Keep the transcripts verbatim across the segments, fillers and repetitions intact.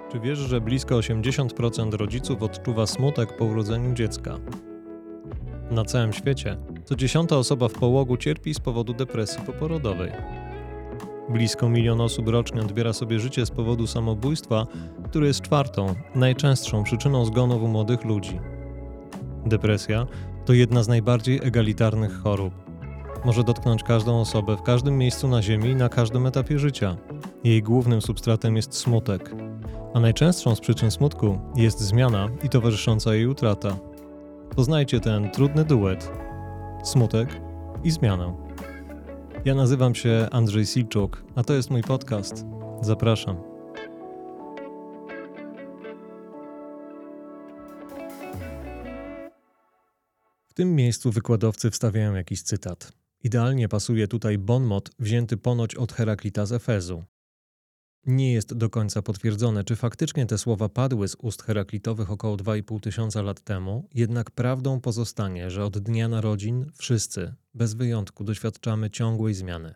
Czy wiesz, że blisko osiemdziesiąt procent rodziców odczuwa smutek po urodzeniu dziecka? Na całym świecie co dziesiąta osoba w połogu cierpi z powodu depresji poporodowej. Blisko milion osób rocznie odbiera sobie życie z powodu samobójstwa, które jest czwartą, najczęstszą przyczyną zgonów u młodych ludzi. Depresja to jedna z najbardziej egalitarnych chorób. Może dotknąć każdą osobę w każdym miejscu na Ziemi i na każdym etapie życia. Jej głównym substratem jest smutek, a najczęstszą z przyczyn smutku jest zmiana i towarzysząca jej utrata. Poznajcie ten trudny duet: smutek i zmianę. Ja nazywam się Andrzej Silczuk, a to jest mój podcast. Zapraszam. W tym miejscu wykładowcy wstawiają jakiś cytat. Idealnie pasuje tutaj bon mot wzięty ponoć od Heraklita z Efezu. Nie jest do końca potwierdzone, czy faktycznie te słowa padły z ust Heraklitowych około dwa i pół tysiąca lat temu, jednak prawdą pozostanie, że od dnia narodzin wszyscy, bez wyjątku, doświadczamy ciągłej zmiany.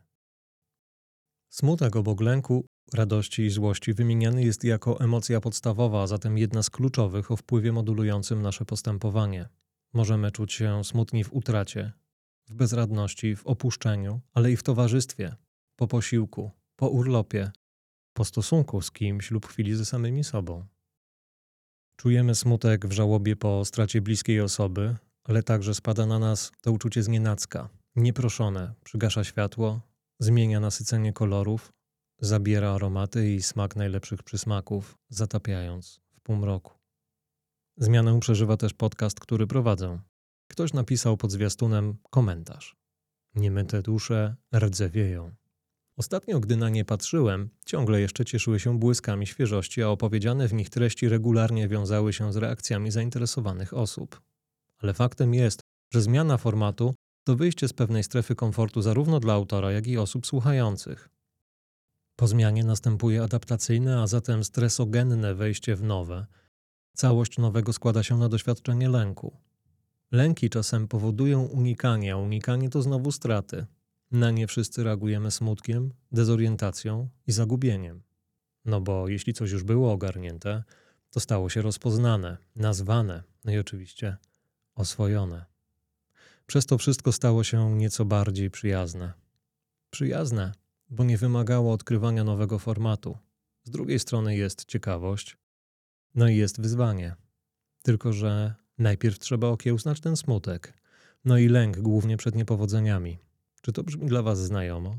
Smutek obok lęku, radości i złości wymieniany jest jako emocja podstawowa, a zatem jedna z kluczowych o wpływie modulującym nasze postępowanie. Możemy czuć się smutni w utracie, w bezradności, w opuszczeniu, ale i w towarzystwie, po posiłku, po urlopie, po stosunku z kimś lub chwili ze samymi sobą. Czujemy smutek w żałobie po stracie bliskiej osoby, ale także spada na nas to uczucie znienacka, nieproszone, przygasza światło, zmienia nasycenie kolorów, zabiera aromaty i smak najlepszych przysmaków, zatapiając w półmroku. Zmianę przeżywa też podcast, który prowadzę. Ktoś napisał pod zwiastunem komentarz: niemyte dusze rdzewieją. Ostatnio, gdy na nie patrzyłem, ciągle jeszcze cieszyły się błyskami świeżości, a opowiedziane w nich treści regularnie wiązały się z reakcjami zainteresowanych osób. Ale faktem jest, że zmiana formatu to wyjście z pewnej strefy komfortu zarówno dla autora, jak i osób słuchających. Po zmianie następuje adaptacyjne, a zatem stresogenne wejście w nowe. Całość nowego składa się na doświadczenie lęku. Lęki czasem powodują unikanie, a unikanie to znowu straty. Na nie wszyscy reagujemy smutkiem, dezorientacją i zagubieniem. No bo jeśli coś już było ogarnięte, to stało się rozpoznane, nazwane, no i oczywiście oswojone. Przez to wszystko stało się nieco bardziej przyjazne. Przyjazne, bo nie wymagało odkrywania nowego formatu. Z drugiej strony jest ciekawość, no i jest wyzwanie. Tylko że najpierw trzeba okiełznać ten smutek, no i lęk głównie przed niepowodzeniami. Czy to brzmi dla was znajomo?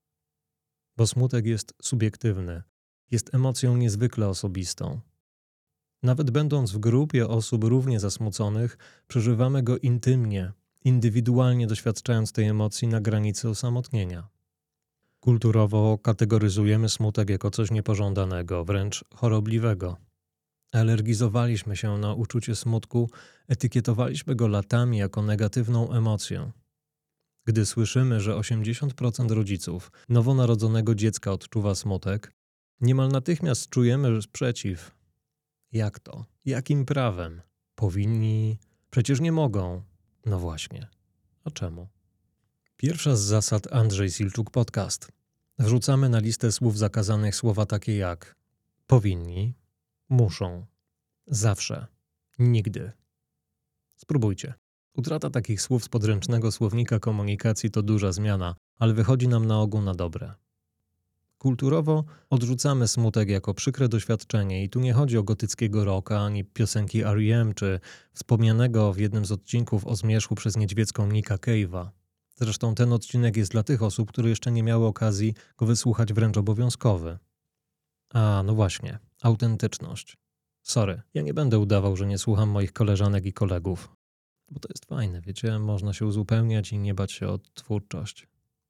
Bo smutek jest subiektywny, jest emocją niezwykle osobistą. Nawet będąc w grupie osób równie zasmuconych, przeżywamy go intymnie, indywidualnie doświadczając tej emocji na granicy osamotnienia. Kulturowo kategoryzujemy smutek jako coś niepożądanego, wręcz chorobliwego. Alergizowaliśmy się na uczucie smutku, etykietowaliśmy go latami jako negatywną emocję. Gdy słyszymy, że osiemdziesiąt procent rodziców nowonarodzonego dziecka odczuwa smutek, niemal natychmiast czujemy sprzeciw. Jak to? Jakim prawem? Powinni? Przecież nie mogą. No właśnie. A czemu? Pierwsza z zasad Andrzej Silczuk Podcast. Wrzucamy na listę słów zakazanych słowa takie jak powinni, muszą, zawsze, nigdy. Spróbujcie. Utrata takich słów z podręcznego słownika komunikacji to duża zmiana, ale wychodzi nam na ogół na dobre. Kulturowo odrzucamy smutek jako przykre doświadczenie i tu nie chodzi o gotyckiego rocka, ani piosenki R E M, czy wspomnianego w jednym z odcinków o zmierzchu przez niedźwiecką Nicka Cave'a. Zresztą ten odcinek jest dla tych osób, które jeszcze nie miały okazji go wysłuchać, wręcz obowiązkowy. A, no właśnie, autentyczność. Sorry, ja nie będę udawał, że nie słucham moich koleżanek i kolegów. Bo to jest fajne, wiecie, można się uzupełniać i nie bać się o twórczość.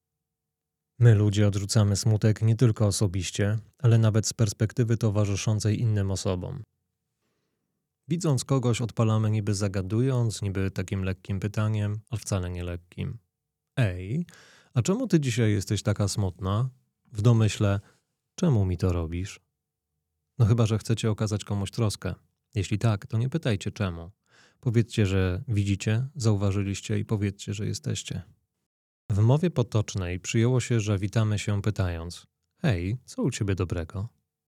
My ludzie odrzucamy smutek nie tylko osobiście, ale nawet z perspektywy towarzyszącej innym osobom. Widząc kogoś odpalamy niby zagadując, niby takim lekkim pytaniem, a wcale nie lekkim. Ej, a czemu ty dzisiaj jesteś taka smutna? W domyśle, czemu mi to robisz? No chyba, że chcecie okazać komuś troskę. Jeśli tak, to nie pytajcie czemu. Powiedzcie, że widzicie, zauważyliście i powiedzcie, że jesteście. W mowie potocznej przyjęło się, że witamy się pytając: hej, co u ciebie dobrego?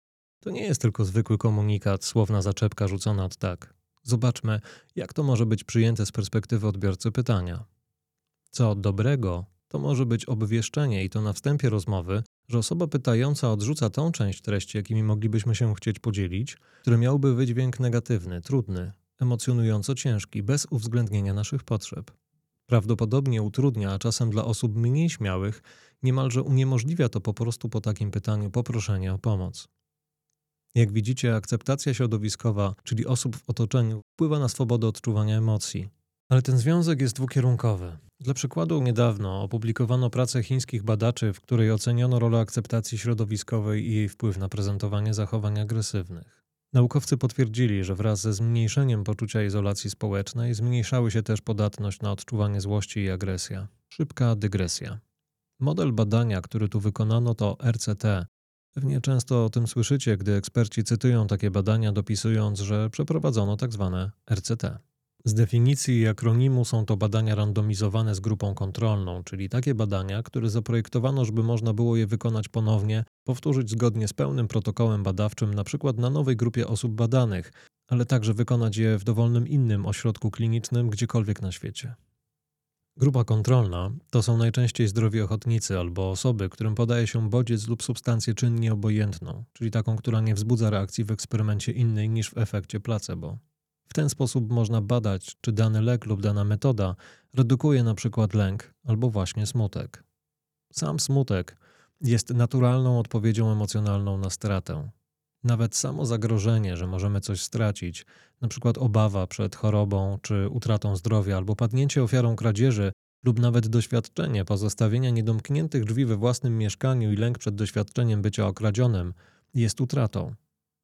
To nie jest tylko zwykły komunikat, słowna zaczepka rzucona od tak. Zobaczmy, jak to może być przyjęte z perspektywy odbiorcy pytania. Co dobrego, to może być obwieszczenie i to na wstępie rozmowy, że osoba pytająca odrzuca tą część treści, jakimi moglibyśmy się chcieć podzielić, które miałby wydźwięk negatywny, trudny, emocjonująco ciężki, bez uwzględnienia naszych potrzeb. Prawdopodobnie utrudnia, a czasem dla osób mniej śmiałych niemalże uniemożliwia to po prostu po takim pytaniu poproszenie o pomoc. Jak widzicie, akceptacja środowiskowa, czyli osób w otoczeniu, wpływa na swobodę odczuwania emocji. Ale ten związek jest dwukierunkowy. Dla przykładu niedawno opublikowano pracę chińskich badaczy, w której oceniono rolę akceptacji środowiskowej i jej wpływ na prezentowanie zachowań agresywnych. Naukowcy potwierdzili, że wraz ze zmniejszeniem poczucia izolacji społecznej zmniejszały się też podatność na odczuwanie złości i agresja. Szybka dygresja. Model badania, który tu wykonano, to R C T. Pewnie często o tym słyszycie, gdy eksperci cytują takie badania, dopisując, że przeprowadzono tzw. R C T. Z definicji i akronimu są to badania randomizowane z grupą kontrolną, czyli takie badania, które zaprojektowano, żeby można było je wykonać ponownie, powtórzyć zgodnie z pełnym protokołem badawczym, np. na nowej grupie osób badanych, ale także wykonać je w dowolnym innym ośrodku klinicznym gdziekolwiek na świecie. Grupa kontrolna to są najczęściej zdrowi ochotnicy albo osoby, którym podaje się bodziec lub substancję czynnie obojętną, czyli taką, która nie wzbudza reakcji w eksperymencie innej niż w efekcie placebo. W ten sposób można badać, czy dany lek lub dana metoda redukuje na przykład lęk albo właśnie smutek. Sam smutek jest naturalną odpowiedzią emocjonalną na stratę. Nawet samo zagrożenie, że możemy coś stracić, na przykład obawa przed chorobą czy utratą zdrowia albo padnięcie ofiarą kradzieży lub nawet doświadczenie pozostawienia niedomkniętych drzwi we własnym mieszkaniu i lęk przed doświadczeniem bycia okradzionym, jest utratą.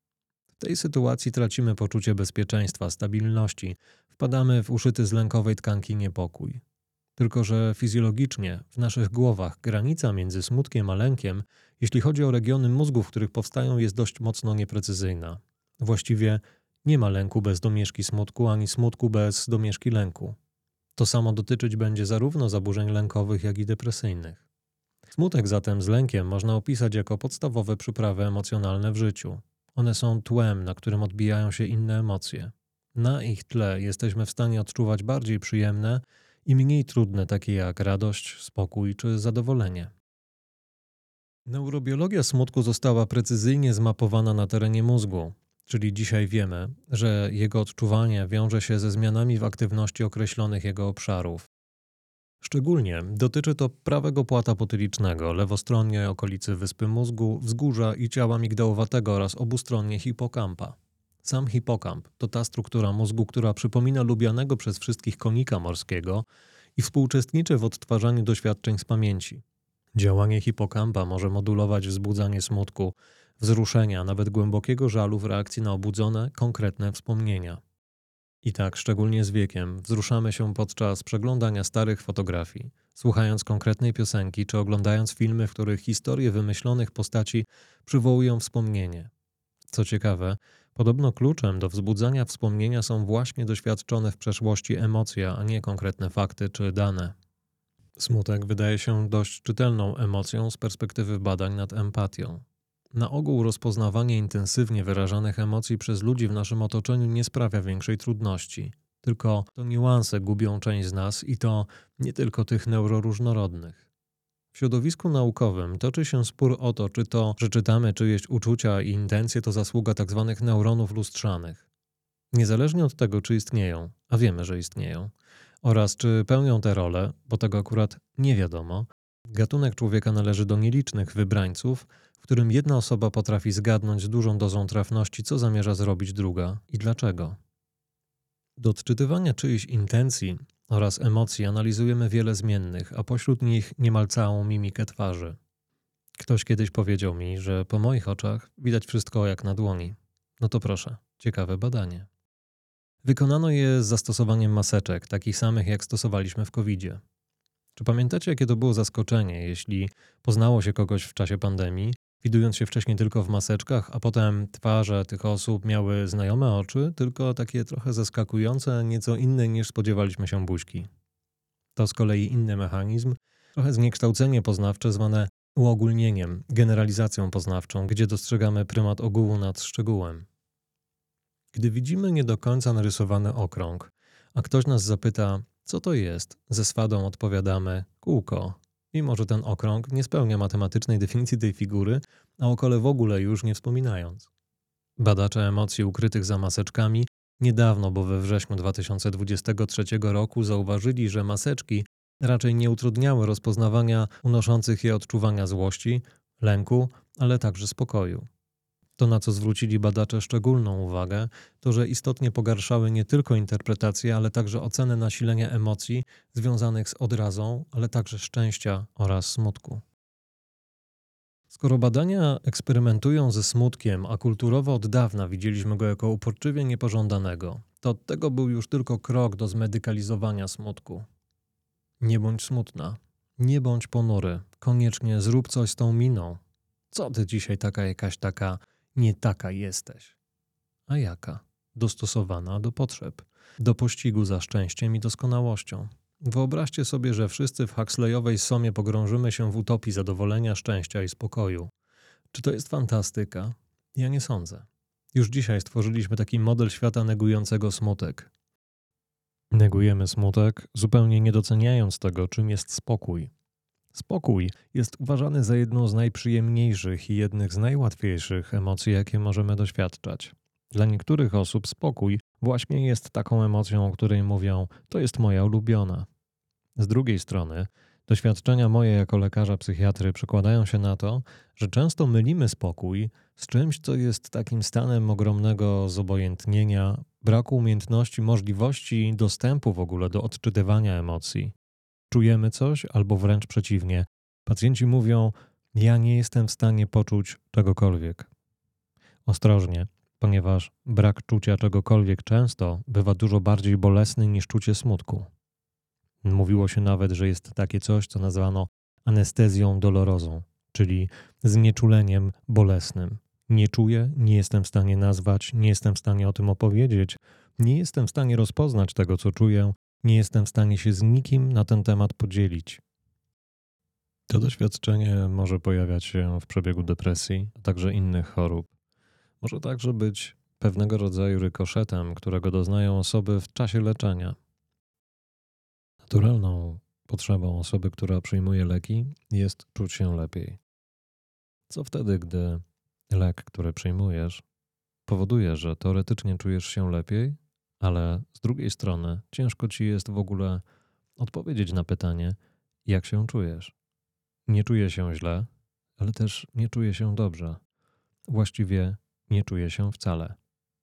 W tej sytuacji tracimy poczucie bezpieczeństwa, stabilności, wpadamy w uszyty z lękowej tkanki niepokój. Tylko że fizjologicznie w naszych głowach granica między smutkiem a lękiem, jeśli chodzi o regiony mózgu, w których powstają, jest dość mocno nieprecyzyjna. Właściwie nie ma lęku bez domieszki smutku, ani smutku bez domieszki lęku. To samo dotyczyć będzie zarówno zaburzeń lękowych, jak i depresyjnych. Smutek zatem z lękiem można opisać jako podstawowe przyprawy emocjonalne w życiu. One są tłem, na którym odbijają się inne emocje. Na ich tle jesteśmy w stanie odczuwać bardziej przyjemne i mniej trudne, takie jak radość, spokój czy zadowolenie. Neurobiologia smutku została precyzyjnie zmapowana na terenie mózgu, czyli dzisiaj wiemy, że jego odczuwanie wiąże się ze zmianami w aktywności określonych jego obszarów. Szczególnie dotyczy to prawego płata potylicznego, lewostronnie okolicy wyspy mózgu, wzgórza i ciała migdałowatego oraz obustronnie hipokampa. Sam hipokamp to ta struktura mózgu, która przypomina lubianego przez wszystkich konika morskiego i współuczestniczy w odtwarzaniu doświadczeń z pamięci. Działanie hipokampa może modulować wzbudzanie smutku, wzruszenia, nawet głębokiego żalu w reakcji na obudzone, konkretne wspomnienia. I tak, szczególnie z wiekiem, wzruszamy się podczas przeglądania starych fotografii, słuchając konkretnej piosenki czy oglądając filmy, w których historie wymyślonych postaci przywołują wspomnienie. Co ciekawe, podobno kluczem do wzbudzania wspomnienia są właśnie doświadczone w przeszłości emocje, a nie konkretne fakty czy dane. Smutek wydaje się dość czytelną emocją z perspektywy badań nad empatią. Na ogół rozpoznawanie intensywnie wyrażanych emocji przez ludzi w naszym otoczeniu nie sprawia większej trudności. Tylko to niuanse gubią część z nas i to nie tylko tych neuroróżnorodnych. W środowisku naukowym toczy się spór o to, czy to, że czytamy czyjeś uczucia i intencje, to zasługa tzw. neuronów lustrzanych. Niezależnie od tego, czy istnieją, a wiemy, że istnieją, oraz czy pełnią te role, bo tego akurat nie wiadomo, gatunek człowieka należy do nielicznych wybrańców, w którym jedna osoba potrafi zgadnąć z dużą dozą trafności, co zamierza zrobić druga i dlaczego. Do odczytywania czyichś intencji oraz emocji analizujemy wiele zmiennych, a pośród nich niemal całą mimikę twarzy. Ktoś kiedyś powiedział mi, że po moich oczach widać wszystko jak na dłoni. No to proszę, ciekawe badanie. Wykonano je z zastosowaniem maseczek, takich samych jak stosowaliśmy w kowidzie. Czy pamiętacie, jakie to było zaskoczenie, jeśli poznało się kogoś w czasie pandemii, widując się wcześniej tylko w maseczkach, a potem twarze tych osób miały znajome oczy, tylko takie trochę zaskakujące, nieco inne niż spodziewaliśmy się buźki. To z kolei inny mechanizm, trochę zniekształcenie poznawcze zwane uogólnieniem, generalizacją poznawczą, gdzie dostrzegamy prymat ogółu nad szczegółem. Gdy widzimy nie do końca narysowany okrąg, a ktoś nas zapyta, co to jest, ze swadą odpowiadamy kółko, mimo że ten okrąg nie spełnia matematycznej definicji tej figury, a o kole w ogóle już nie wspominając. Badacze emocji ukrytych za maseczkami niedawno, bo we wrześniu dwa tysiące dwudziestego trzeciego roku zauważyli, że maseczki raczej nie utrudniały rozpoznawania unoszących je odczuwania złości, lęku, ale także spokoju. To, na co zwrócili badacze szczególną uwagę, to, że istotnie pogarszały nie tylko interpretację, ale także ocenę nasilenia emocji związanych z odrazą, ale także szczęścia oraz smutku. Skoro badania eksperymentują ze smutkiem, a kulturowo od dawna widzieliśmy go jako uporczywie niepożądanego, to od tego był już tylko krok do zmedykalizowania smutku. Nie bądź smutna, nie bądź ponury, koniecznie zrób coś z tą miną. Co ty dzisiaj taka jakaś taka nie taka jesteś? A jaka? Dostosowana do potrzeb, do pościgu za szczęściem i doskonałością. Wyobraźcie sobie, że wszyscy w Huxleyowej Somie pogrążymy się w utopii zadowolenia, szczęścia i spokoju. Czy to jest fantastyka? Ja nie sądzę. Już dzisiaj stworzyliśmy taki model świata negującego smutek. Negujemy smutek, zupełnie nie doceniając tego, czym jest spokój. Spokój jest uważany za jedną z najprzyjemniejszych i jednych z najłatwiejszych emocji, jakie możemy doświadczać. Dla niektórych osób spokój właśnie jest taką emocją, o której mówią, to jest moja ulubiona. Z drugiej strony, doświadczenia moje jako lekarza psychiatry przekładają się na to, że często mylimy spokój z czymś, co jest takim stanem ogromnego zobojętnienia, braku umiejętności, możliwości dostępu w ogóle do odczytywania emocji. Czujemy coś albo wręcz przeciwnie. Pacjenci mówią, ja nie jestem w stanie poczuć czegokolwiek. Ostrożnie, ponieważ brak czucia czegokolwiek często bywa dużo bardziej bolesny niż czucie smutku. Mówiło się nawet, że jest takie coś, co nazwano anestezją dolorozą, czyli znieczuleniem bolesnym. Nie czuję, nie jestem w stanie nazwać, nie jestem w stanie o tym opowiedzieć, nie jestem w stanie rozpoznać tego, co czuję, nie jestem w stanie się z nikim na ten temat podzielić. To doświadczenie może pojawiać się w przebiegu depresji, a także innych chorób. Może także być pewnego rodzaju rykoszetem, którego doznają osoby w czasie leczenia. Naturalną potrzebą osoby, która przyjmuje leki, jest czuć się lepiej. Co wtedy, gdy lek, który przyjmujesz, powoduje, że teoretycznie czujesz się lepiej, ale z drugiej strony ciężko ci jest w ogóle odpowiedzieć na pytanie, jak się czujesz. Nie czuję się źle, ale też nie czuję się dobrze. Właściwie nie czuję się wcale.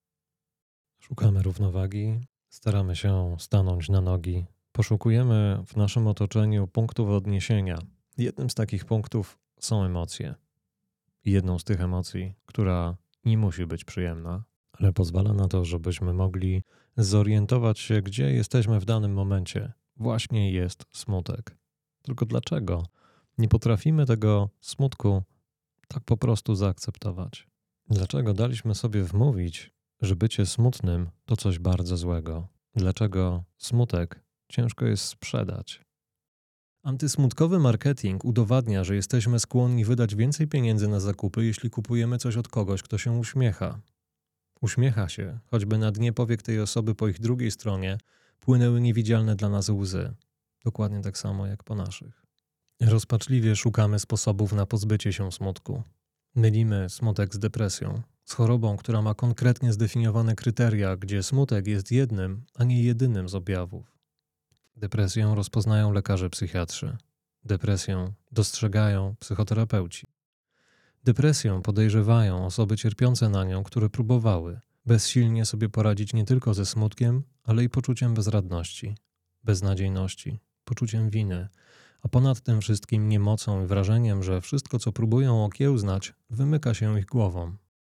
Szukamy równowagi, staramy się stanąć na nogi, poszukujemy w naszym otoczeniu punktów odniesienia. Jednym z takich punktów są emocje. Jedną z tych emocji, która nie musi być przyjemna, ale pozwala na to, żebyśmy mogli zorientować się, gdzie jesteśmy w danym momencie. Właśnie jest smutek. Tylko dlaczego nie potrafimy tego smutku tak po prostu zaakceptować? Dlaczego daliśmy sobie wmówić, że bycie smutnym to coś bardzo złego? Dlaczego smutek ciężko jest sprzedać? Antysmutkowy marketing udowadnia, że jesteśmy skłonni wydać więcej pieniędzy na zakupy, jeśli kupujemy coś od kogoś, kto się uśmiecha. Uśmiecha się, choćby na dnie powiek tej osoby po ich drugiej stronie płynęły niewidzialne dla nas łzy. Dokładnie tak samo jak po naszych. Rozpaczliwie szukamy sposobów na pozbycie się smutku. Mylimy smutek z depresją, z chorobą, która ma konkretnie zdefiniowane kryteria, gdzie smutek jest jednym, a nie jedynym z objawów. Depresję rozpoznają lekarze psychiatrzy. Depresję dostrzegają psychoterapeuci. Depresję podejrzewają osoby cierpiące na nią, które próbowały bezsilnie sobie poradzić nie tylko ze smutkiem, ale i poczuciem bezradności, beznadziejności, poczuciem winy, a ponad tym wszystkim niemocą i wrażeniem, że wszystko, co próbują okiełznać, wymyka się ich głowom.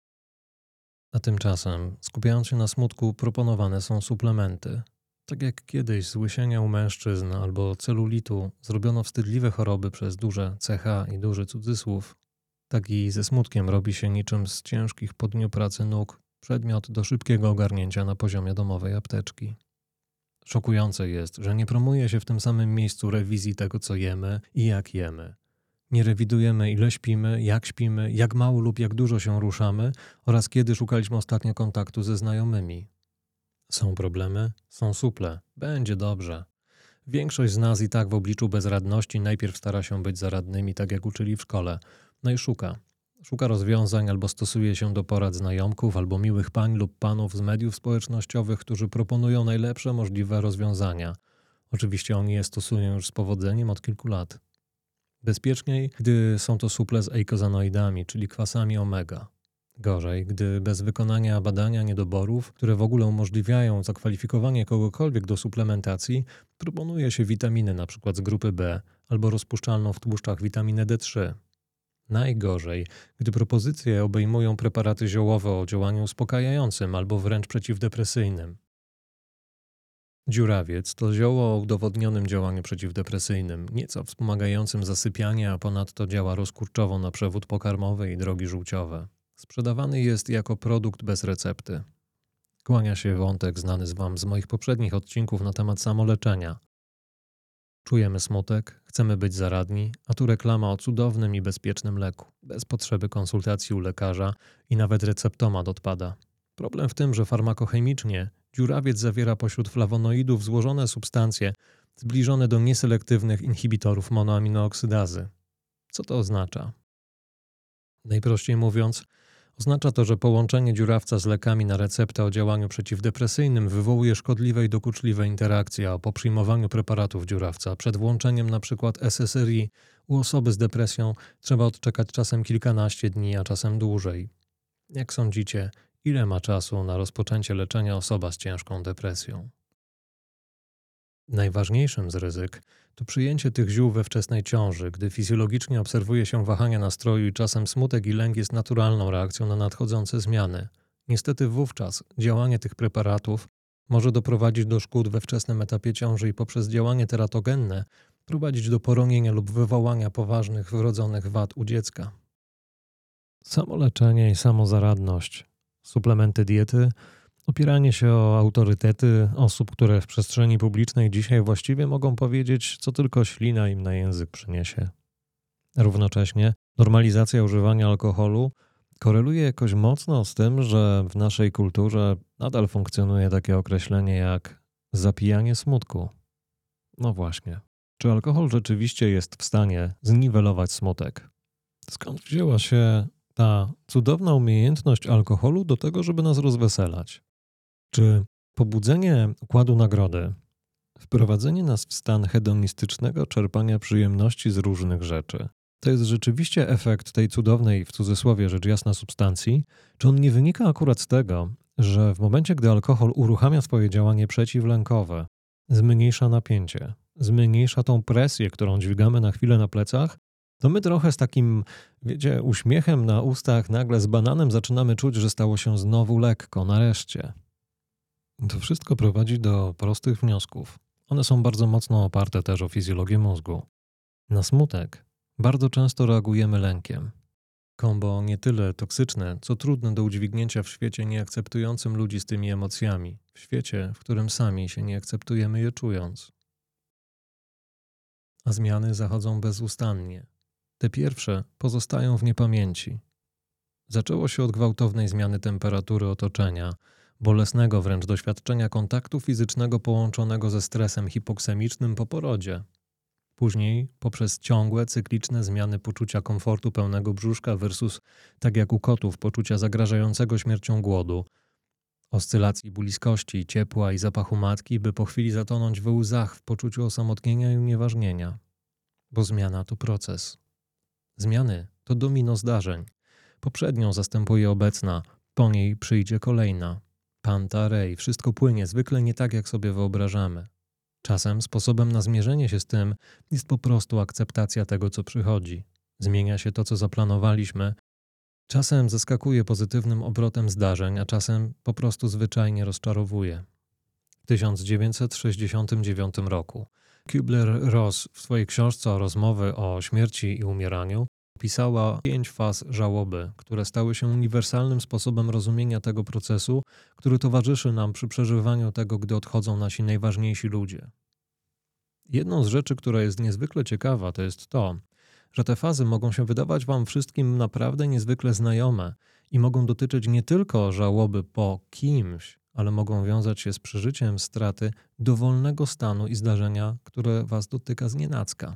A tymczasem, skupiając się na smutku, proponowane są suplementy. Tak jak kiedyś z łysienia u mężczyzn albo celulitu zrobiono wstydliwe choroby przez duże C H i duży cudzysłów, tak i ze smutkiem robi się niczym z ciężkich po dniu pracy nóg przedmiot do szybkiego ogarnięcia na poziomie domowej apteczki. Szokujące jest, że nie promuje się w tym samym miejscu rewizji tego, co jemy i jak jemy. Nie rewidujemy, ile śpimy, jak śpimy, jak mało lub jak dużo się ruszamy oraz kiedy szukaliśmy ostatnio kontaktu ze znajomymi. Są problemy, są suple. Będzie dobrze. Większość z nas i tak w obliczu bezradności najpierw stara się być zaradnymi, tak jak uczyli w szkole. No i szuka. Szuka rozwiązań albo stosuje się do porad znajomków, albo miłych pań lub panów z mediów społecznościowych, którzy proponują najlepsze możliwe rozwiązania. Oczywiście oni je stosują już z powodzeniem od kilku lat. Bezpieczniej, gdy są to suple z eikozanoidami, czyli kwasami omega. Gorzej, gdy bez wykonania badania niedoborów, które w ogóle umożliwiają zakwalifikowanie kogokolwiek do suplementacji, proponuje się witaminy np. z grupy B albo rozpuszczalną w tłuszczach witaminę D trzy. Najgorzej, gdy propozycje obejmują preparaty ziołowe o działaniu uspokajającym albo wręcz przeciwdepresyjnym. Dziurawiec to zioło o udowodnionym działaniu przeciwdepresyjnym, nieco wspomagającym zasypianie, a ponadto działa rozkurczowo na przewód pokarmowy i drogi żółciowe. Sprzedawany jest jako produkt bez recepty. Kłania się wątek znany z Wam z moich poprzednich odcinków na temat samoleczenia. Czujemy smutek, chcemy być zaradni, a tu reklama o cudownym i bezpiecznym leku, bez potrzeby konsultacji u lekarza i nawet receptomat odpada. Problem w tym, że farmakochemicznie dziurawiec zawiera pośród flawonoidów złożone substancje zbliżone do nieselektywnych inhibitorów monoaminooksydazy. Co to oznacza? Najprościej mówiąc, oznacza to, że połączenie dziurawca z lekami na receptę o działaniu przeciwdepresyjnym wywołuje szkodliwe i dokuczliwe interakcje, a po przyjmowaniu preparatów dziurawca przed włączeniem np. S S R I u osoby z depresją trzeba odczekać czasem kilkanaście dni, a czasem dłużej. Jak sądzicie, ile ma czasu na rozpoczęcie leczenia osoba z ciężką depresją? Najważniejszym z ryzyk to przyjęcie tych ziół we wczesnej ciąży, gdy fizjologicznie obserwuje się wahania nastroju i czasem smutek i lęk jest naturalną reakcją na nadchodzące zmiany. Niestety wówczas działanie tych preparatów może doprowadzić do szkód we wczesnym etapie ciąży i poprzez działanie teratogenne prowadzić do poronienia lub wywołania poważnych wrodzonych wad u dziecka. Samoleczenie i samozaradność, suplementy diety, opieranie się o autorytety osób, które w przestrzeni publicznej dzisiaj właściwie mogą powiedzieć, co tylko ślina im na język przyniesie. Równocześnie normalizacja używania alkoholu koreluje jakoś mocno z tym, że w naszej kulturze nadal funkcjonuje takie określenie jak zapijanie smutku. No właśnie. Czy alkohol rzeczywiście jest w stanie zniwelować smutek? Skąd wzięła się ta cudowna umiejętność alkoholu do tego, żeby nas rozweselać? Czy pobudzenie układu nagrody, wprowadzenie nas w stan hedonistycznego czerpania przyjemności z różnych rzeczy, to jest rzeczywiście efekt tej cudownej, w cudzysłowie rzecz jasna, substancji? Czy on nie wynika akurat z tego, że w momencie, gdy alkohol uruchamia swoje działanie przeciwlękowe, zmniejsza napięcie, zmniejsza tą presję, którą dźwigamy na chwilę na plecach, to my trochę z takim, wiecie, uśmiechem na ustach, nagle z bananem zaczynamy czuć, że stało się znowu lekko, nareszcie. To wszystko prowadzi do prostych wniosków. One są bardzo mocno oparte też o fizjologię mózgu. Na smutek bardzo często reagujemy lękiem. Kombo nie tyle toksyczne, co trudne do udźwignięcia w świecie nieakceptującym ludzi z tymi emocjami, w świecie, w którym sami się nie akceptujemy je czując. A zmiany zachodzą bezustannie. Te pierwsze pozostają w niepamięci. Zaczęło się od gwałtownej zmiany temperatury otoczenia, bolesnego wręcz doświadczenia kontaktu fizycznego połączonego ze stresem hipoksemicznym po porodzie. Później poprzez ciągłe, cykliczne zmiany poczucia komfortu pełnego brzuszka versus, tak jak u kotów, poczucia zagrażającego śmiercią głodu, oscylacji bliskości, ciepła i zapachu matki, by po chwili zatonąć we łzach w poczuciu osamotnienia i unieważnienia. Bo zmiana to proces. Zmiany to domino zdarzeń. Poprzednią zastępuje obecna, po niej przyjdzie kolejna. Panta rei, wszystko płynie zwykle nie tak, jak sobie wyobrażamy. Czasem sposobem na zmierzenie się z tym jest po prostu akceptacja tego, co przychodzi. Zmienia się to, co zaplanowaliśmy. Czasem zaskakuje pozytywnym obrotem zdarzeń, a czasem po prostu zwyczajnie rozczarowuje. W tysiąc dziewięćset sześćdziesiątym dziewiątym roku Kübler-Ross w swojej książce Rozmowy o śmierci i umieraniu opisała pięć faz żałoby, które stały się uniwersalnym sposobem rozumienia tego procesu, który towarzyszy nam przy przeżywaniu tego, gdy odchodzą nasi najważniejsi ludzie. Jedną z rzeczy, która jest niezwykle ciekawa, to jest to, że te fazy mogą się wydawać wam wszystkim naprawdę niezwykle znajome i mogą dotyczyć nie tylko żałoby po kimś, ale mogą wiązać się z przeżyciem straty dowolnego stanu i zdarzenia, które was dotyka znienacka.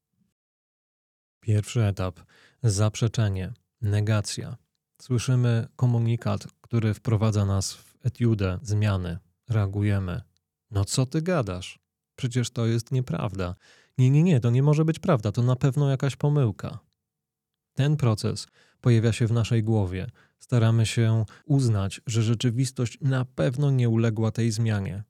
Pierwszy etap. Zaprzeczenie, negacja. Słyszymy komunikat, który wprowadza nas w etiudę zmiany. Reagujemy. No co ty gadasz? Przecież to jest nieprawda. Nie, nie, nie, to nie może być prawda, to na pewno jakaś pomyłka. Ten proces pojawia się w naszej głowie. Staramy się uznać, że rzeczywistość na pewno nie uległa tej zmianie.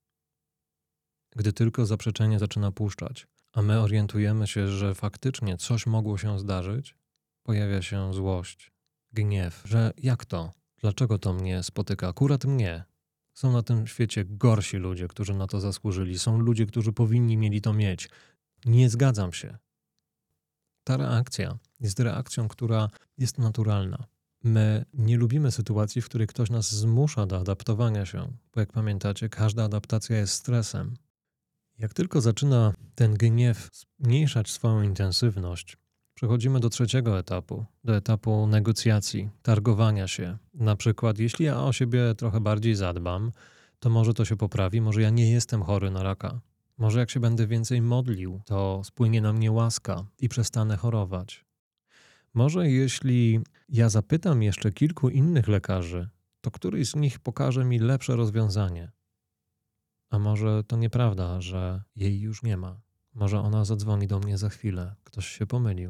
Gdy tylko zaprzeczenie zaczyna puszczać, a my orientujemy się, że faktycznie coś mogło się zdarzyć, pojawia się złość, gniew, że jak to? Dlaczego to mnie spotyka? Akurat mnie. Są na tym świecie gorsi ludzie, którzy na to zasłużyli. Są ludzie, którzy powinni mieli to mieć. Nie zgadzam się. Ta reakcja jest reakcją, która jest naturalna. My nie lubimy sytuacji, w której ktoś nas zmusza do adaptowania się, bo jak pamiętacie, każda adaptacja jest stresem. Jak tylko zaczyna ten gniew zmniejszać swoją intensywność, przechodzimy do trzeciego etapu, do etapu negocjacji, targowania się. Na przykład, jeśli ja o siebie trochę bardziej zadbam, to może to się poprawi, może ja nie jestem chory na raka. Może jak się będę więcej modlił, to spłynie na mnie łaska i przestanę chorować. Może jeśli ja zapytam jeszcze kilku innych lekarzy, to któryś z nich pokaże mi lepsze rozwiązanie. A może to nieprawda, że jej już nie ma. Może ona zadzwoni do mnie za chwilę. Ktoś się pomylił.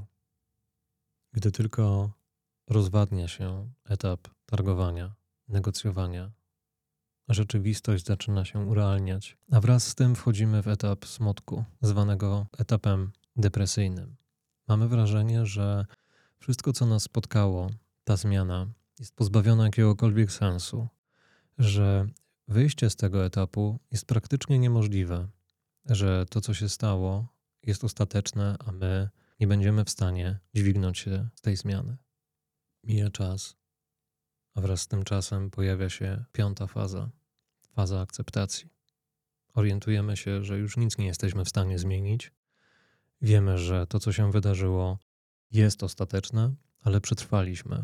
Gdy tylko rozwadnia się etap targowania, negocjowania, rzeczywistość zaczyna się urealniać, a wraz z tym wchodzimy w etap smutku, zwanego etapem depresyjnym. Mamy wrażenie, że wszystko, co nas spotkało, ta zmiana, jest pozbawiona jakiegokolwiek sensu, że wyjście z tego etapu jest praktycznie niemożliwe, że to, co się stało, jest ostateczne, a my nie będziemy w stanie dźwignąć się z tej zmiany. Mija czas, a wraz z tym czasem pojawia się piąta faza, faza akceptacji. Orientujemy się, że już nic nie jesteśmy w stanie zmienić. Wiemy, że to, co się wydarzyło, jest ostateczne, ale przetrwaliśmy.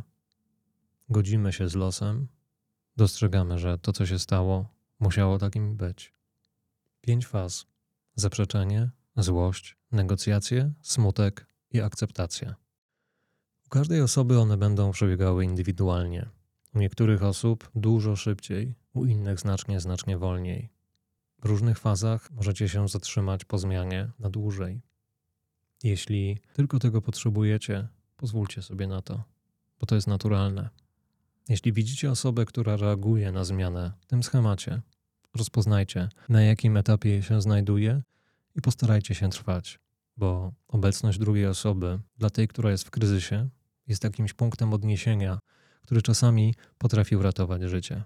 Godzimy się z losem, dostrzegamy, że to, co się stało, musiało takim być. Pięć faz. Zaprzeczenie, złość, negocjacje, smutek i akceptacja. U każdej osoby one będą przebiegały indywidualnie. U niektórych osób dużo szybciej, u innych znacznie, znacznie wolniej. W różnych fazach możecie się zatrzymać po zmianie na dłużej. Jeśli tylko tego potrzebujecie, pozwólcie sobie na to, bo to jest naturalne. Jeśli widzicie osobę, która reaguje na zmianę w tym schemacie, rozpoznajcie, na jakim etapie się znajduje i postarajcie się trwać, bo obecność drugiej osoby dla tej, która jest w kryzysie, jest jakimś punktem odniesienia, który czasami potrafi uratować życie.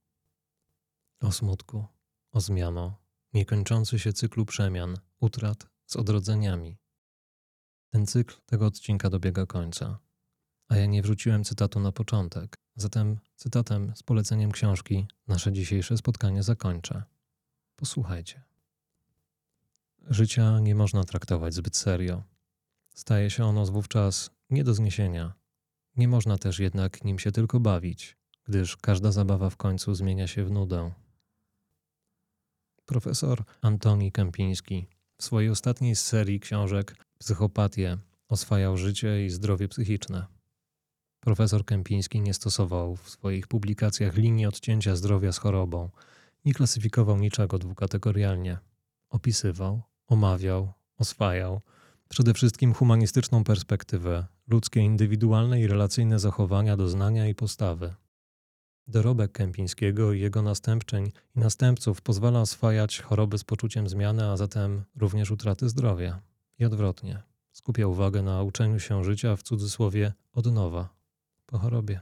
O smutku, o zmiano, niekończący się cyklu przemian, utrat z odrodzeniami. Ten cykl tego odcinka dobiega końca, a ja nie wrzuciłem cytatu na początek, zatem cytatem z poleceniem książki nasze dzisiejsze spotkanie zakończę. Posłuchajcie. Życia nie można traktować zbyt serio. Staje się ono wówczas nie do zniesienia. Nie można też jednak nim się tylko bawić, gdyż każda zabawa w końcu zmienia się w nudę. Profesor Antoni Kępiński w swojej ostatniej z serii książek Psychopatię oswajał życie i zdrowie psychiczne. Profesor Kępiński nie stosował w swoich publikacjach linii odcięcia zdrowia z chorobą, nie klasyfikował niczego dwukategorialnie. Opisywał, omawiał, oswajał przede wszystkim humanistyczną perspektywę, ludzkie indywidualne i relacyjne zachowania, doznania i postawy. Dorobek Kępińskiego i jego następczyń i następców pozwala oswajać choroby z poczuciem zmiany, a zatem również utraty zdrowia. I odwrotnie. Skupia uwagę na uczeniu się życia, w cudzysłowie, od nowa, po chorobie.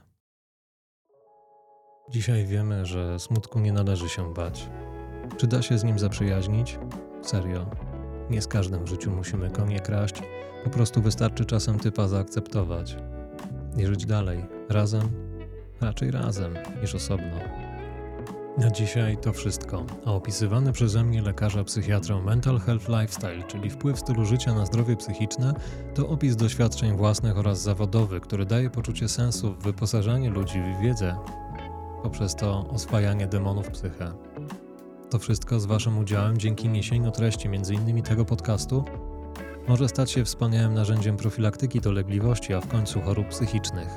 Dzisiaj wiemy, że smutku nie należy się bać. Czy da się z nim zaprzyjaźnić? Serio. Nie z każdym w życiu musimy konie kraść, po prostu wystarczy czasem typa zaakceptować i żyć dalej, razem, raczej razem niż osobno. Na dzisiaj to wszystko, a opisywany przeze mnie lekarza psychiatrę Mental Health Lifestyle, czyli wpływ stylu życia na zdrowie psychiczne, to opis doświadczeń własnych oraz zawodowych, który daje poczucie sensu w wyposażanie ludzi w wiedzę, poprzez to oswajanie demonów psyche. To wszystko z Waszym udziałem dzięki niesieniu treści m.in. tego podcastu może stać się wspaniałym narzędziem profilaktyki dolegliwości, a w końcu chorób psychicznych.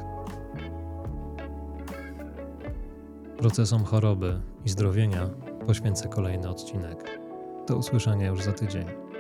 Procesom choroby i zdrowienia poświęcę kolejny odcinek. Do usłyszenia już za tydzień.